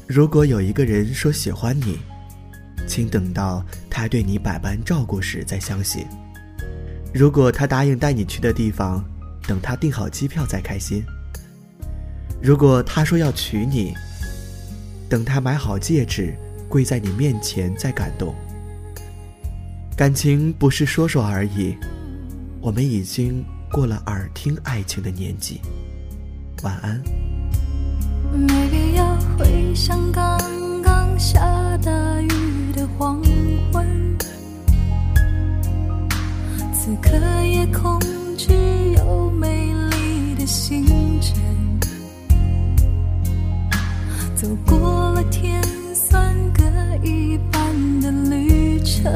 如果有一个人说喜欢你，请等到他对你百般照顾时再相信。如果他答应带你去的地方，等他订好机票再开心。如果他说要娶你，等他买好戒指跪在你面前再感动。感情不是说说而已，我们已经过了耳听爱情的年纪。晚安。 Maybe 要回想刚刚下大雨的黄昏，此刻夜空只有美丽的星辰，走过了甜酸各一半的旅程，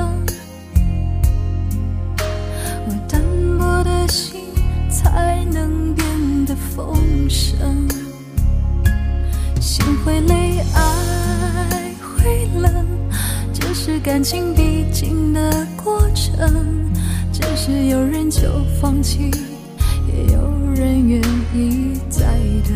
我单薄的心才能变得丰盛。心会累，爱会冷，这是感情必经的过程。只是有人就放弃，也有人愿意再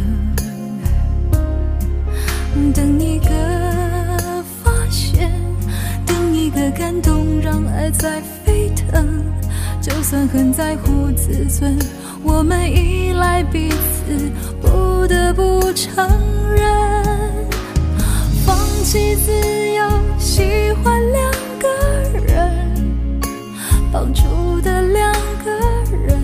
等。等一个发现，等一个感动，让爱在沸腾。就算很在乎自尊，我们依赖彼此，不得不承认。放弃自由，喜欢两个人，绑住的两个人，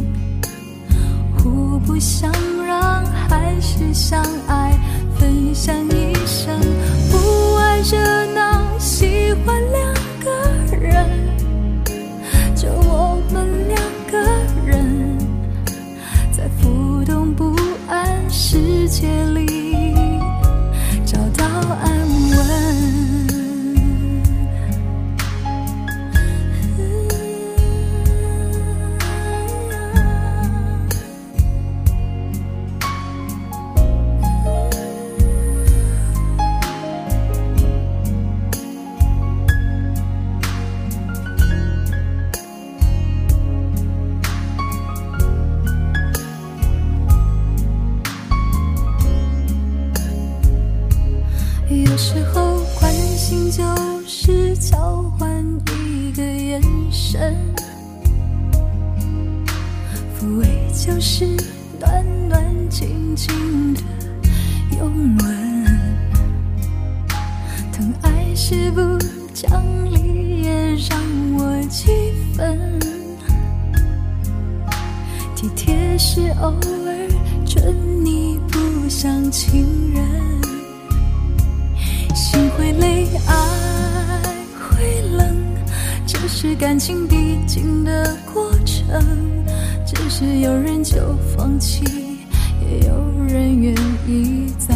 互不相让，还是相爱，分享一生。不爱热闹，喜欢两个人，就我们两个人，在浮动不安世界里找到安稳。有时候关心就是交换一个眼神，抚慰就是暖暖静静的拥吻，疼爱是不讲理也让我几分，体贴是偶尔准你不像情人。心会累，爱会冷，这是感情必经的过程。只是有人就放弃，也有人愿意再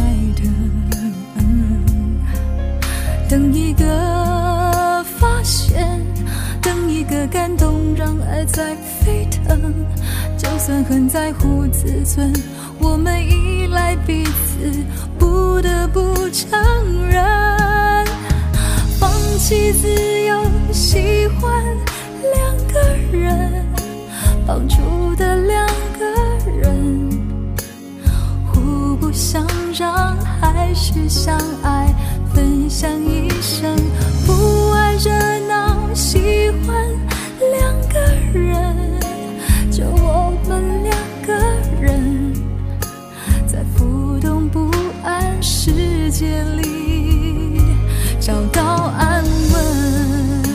等。等一个发现，等一个感动，让爱在沸腾。就算很在乎自尊，我们依赖彼此，不得不承认。放弃自由，喜欢两个人，绑住的两个人，互不相让，还是相爱，分享一生。不爱热闹，喜欢两个人，就我们两个人，在浮动不安世界里找到安稳。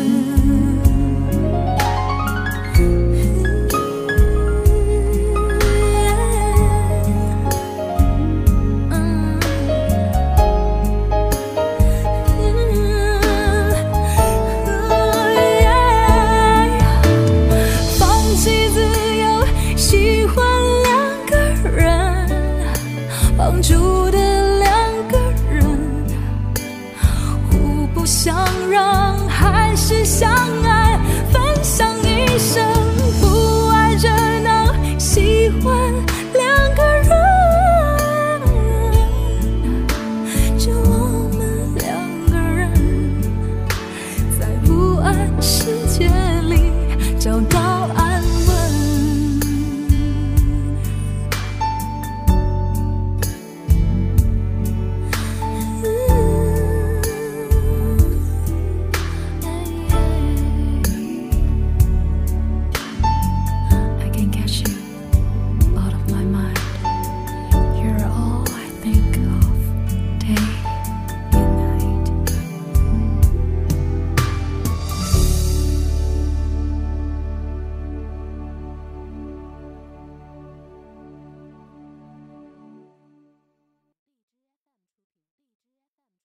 绑住的两个人，互不相让，还是相